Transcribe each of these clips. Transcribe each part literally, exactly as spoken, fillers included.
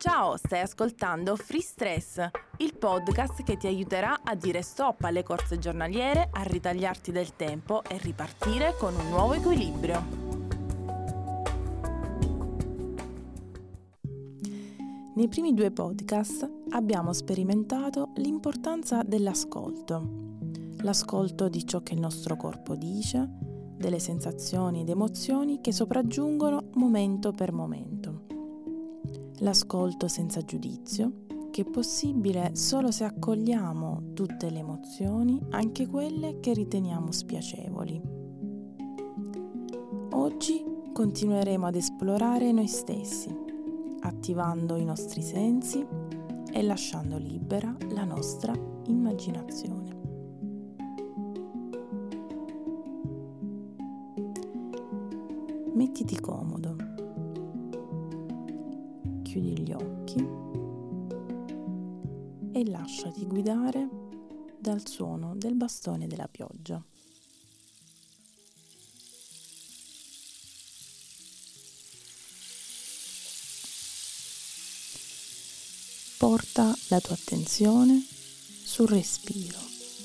Ciao, stai ascoltando Free Stress, il podcast che ti aiuterà a dire stop alle corse giornaliere, a ritagliarti del tempo e ripartire con un nuovo equilibrio. Nei primi due podcast abbiamo sperimentato l'importanza dell'ascolto. L'ascolto di ciò che il nostro corpo dice, delle sensazioni ed emozioni che sopraggiungono momento per momento. L'ascolto senza giudizio, che è possibile solo se accogliamo tutte le emozioni, anche quelle che riteniamo spiacevoli. Oggi continueremo ad esplorare noi stessi, attivando i nostri sensi e lasciando libera la nostra immaginazione. Mettiti comodo. Chiudi gli occhi e lasciati guidare dal suono del bastone della pioggia. Porta la tua attenzione sul respiro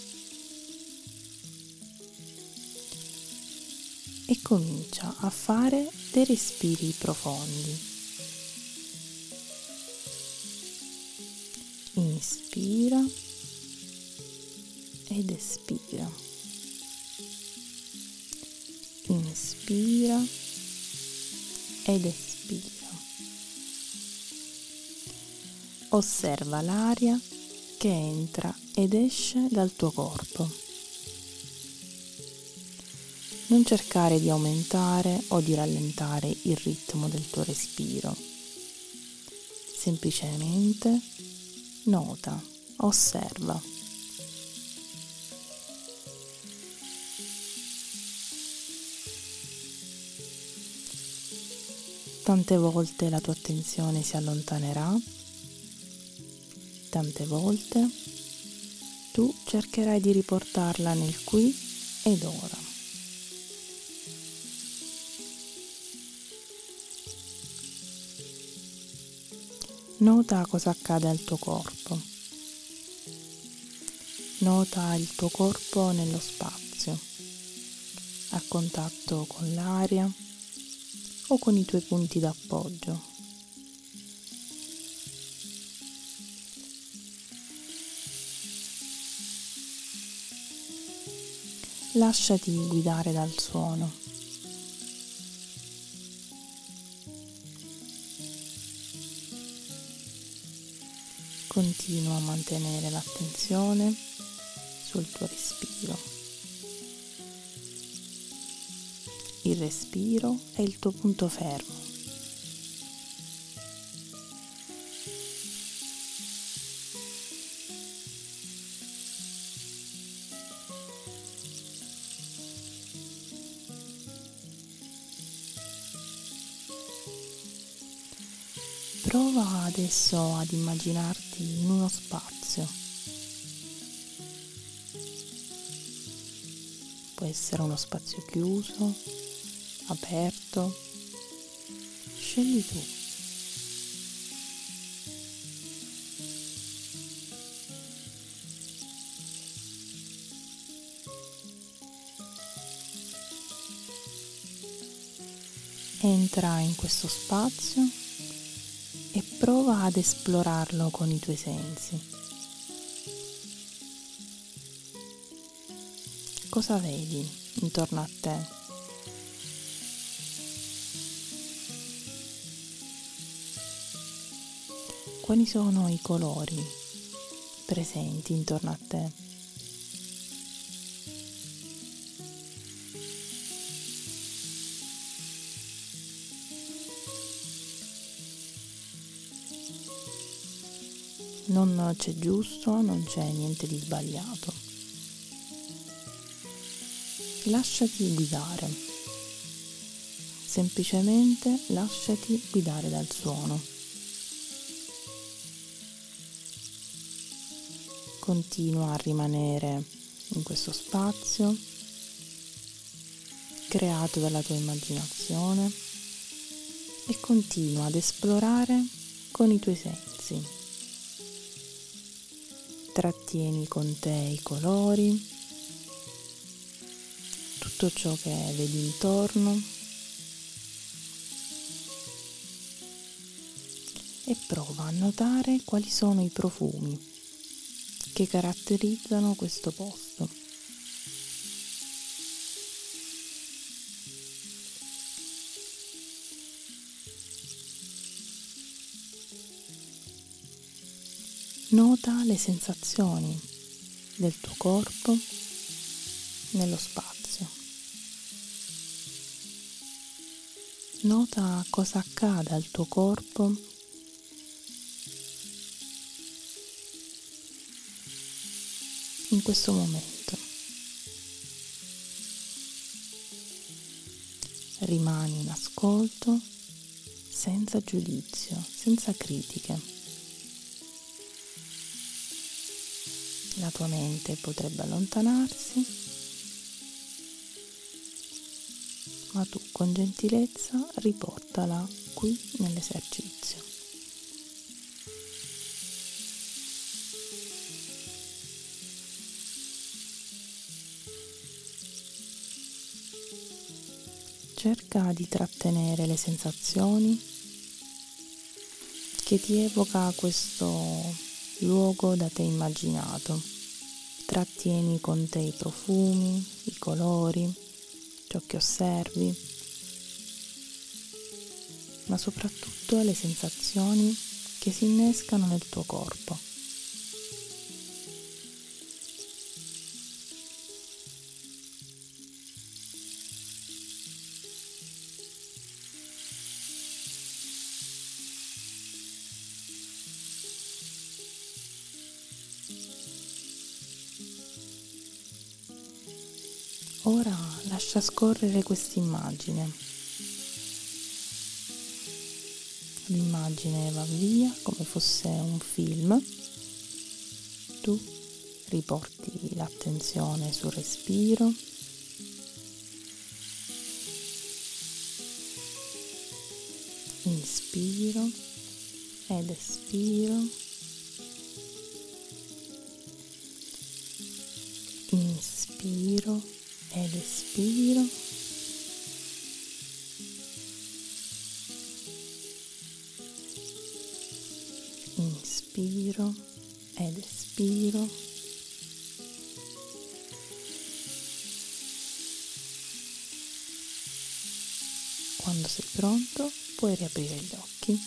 e comincia a fare dei respiri profondi. Inspira ed espira. Inspira ed espira. Osserva l'aria che entra ed esce dal tuo corpo. Non cercare di aumentare o di rallentare il ritmo del tuo respiro. Semplicemente nota, osserva. Tante volte la tua attenzione si allontanerà, tante volte tu cercherai di riportarla nel qui ed ora. Nota cosa accade al tuo corpo. Nota il tuo corpo nello spazio, a contatto con l'aria o con i tuoi punti d'appoggio. Lasciati guidare dal suono. Continua a mantenere l'attenzione sul tuo respiro. Il respiro è il tuo punto fermo. Prova adesso ad immaginarti in uno spazio. Può essere uno spazio chiuso, aperto. Scegli tu. Entra in questo spazio e prova ad esplorarlo con i tuoi sensi. Cosa vedi intorno a te? Quali sono i colori presenti intorno a te? Non c'è giusto, non c'è niente di sbagliato. Lasciati guidare. Semplicemente lasciati guidare dal suono. Continua a rimanere in questo spazio creato dalla tua immaginazione e continua ad esplorare con i tuoi sensi. Trattieni con te i colori, tutto ciò che vedi intorno e prova a notare quali sono i profumi che caratterizzano questo posto. Nota le sensazioni del tuo corpo nello spazio. Nota cosa accade al tuo corpo in questo momento. Rimani in ascolto, senza giudizio, senza critiche. La tua mente potrebbe allontanarsi, ma tu con gentilezza riportala qui nell'esercizio. Cerca di trattenere le sensazioni che ti evoca questo luogo da te immaginato. Trattieni con te i profumi, i colori, ciò che osservi, ma soprattutto le sensazioni che si innescano nel tuo corpo. Ora lascia scorrere quest'immagine. L'immagine va via come fosse un film. Tu riporti l'attenzione sul respiro. Inspiro ed espiro. Inspiro ed espiro. Inspiro ed espiro. Quando sei pronto, puoi riaprire gli occhi.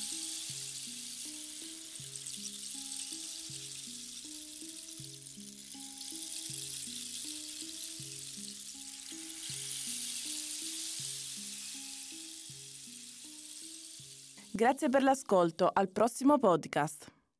Grazie per l'ascolto, al prossimo podcast.